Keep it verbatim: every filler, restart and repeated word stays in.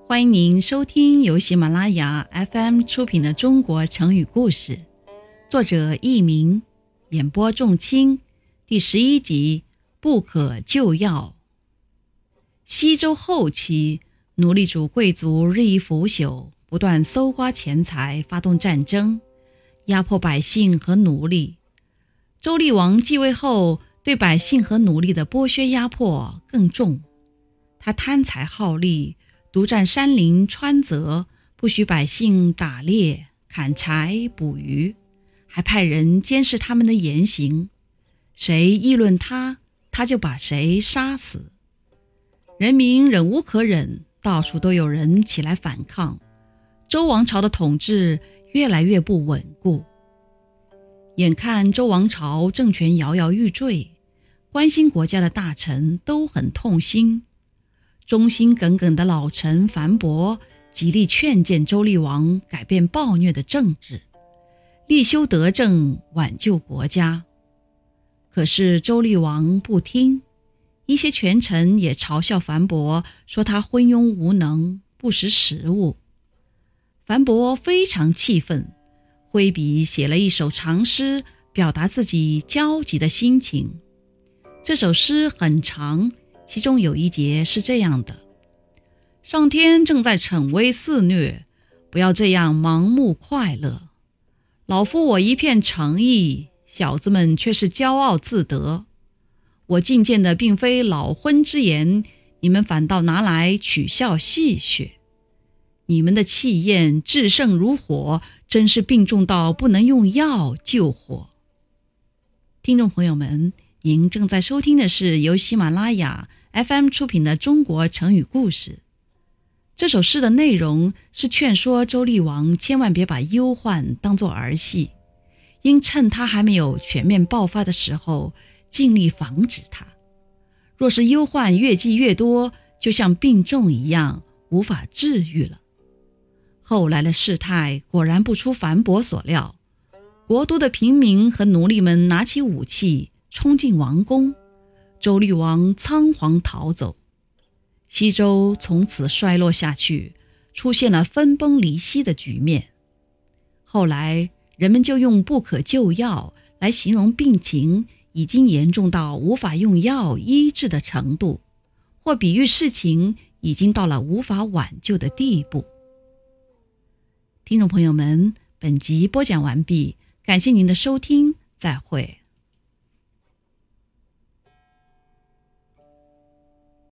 欢迎您收听由喜马拉雅 F M 出品的中国成语故事，作者佚名，演播仲卿，第十一集，不可救药。西周后期，奴隶主贵族日益腐朽，不断搜刮钱财，发动战争，压迫百姓和奴隶。周厉王继位后，对百姓和奴隶的剥削压迫更重。他贪财好利，独占山林川泽，不许百姓打猎、砍柴、捕鱼，还派人监视他们的言行。谁议论他，他就把谁杀死。人民忍无可忍，到处都有人起来反抗。周王朝的统治越来越不稳固。眼看周王朝政权摇摇欲坠，关心国家的大臣都很痛心。忠心耿耿的老臣樊伯极力劝谏周厉王改变暴虐的政治，力修德政，挽救国家。可是周厉王不听，一些权臣也嘲笑樊伯，说他昏庸无能，不识时务。樊伯非常气愤，挥笔写了一首长诗，表达自己焦急的心情。这首诗很长，其中有一节是这样的：上天正在逞威肆虐，不要这样盲目快乐。老夫我一片诚意，小子们却是骄傲自得。我进谏的并非老昏之言，你们反倒拿来取笑戏谑。你们的气焰炽盛如火，真是病重到不能用药救火。听众朋友们，您正在收听的是由喜马拉雅 F M 出品的中国成语故事。这首诗的内容是劝说周厉王千万别把忧患当作儿戏，应趁他还没有全面爆发的时候尽力防止它。若是忧患越积越多，就像病重一样，无法治愈了。后来的事态果然不出樊伯所料，国都的平民和奴隶们拿起武器冲进王宫，周厉王仓皇逃走。西周从此衰落下去，出现了分崩离析的局面。后来人们就用不可救药来形容病情已经严重到无法用药医治的程度，或比喻事情已经到了无法挽救的地步。听众朋友们，本集播讲完毕，感谢您的收听，再会。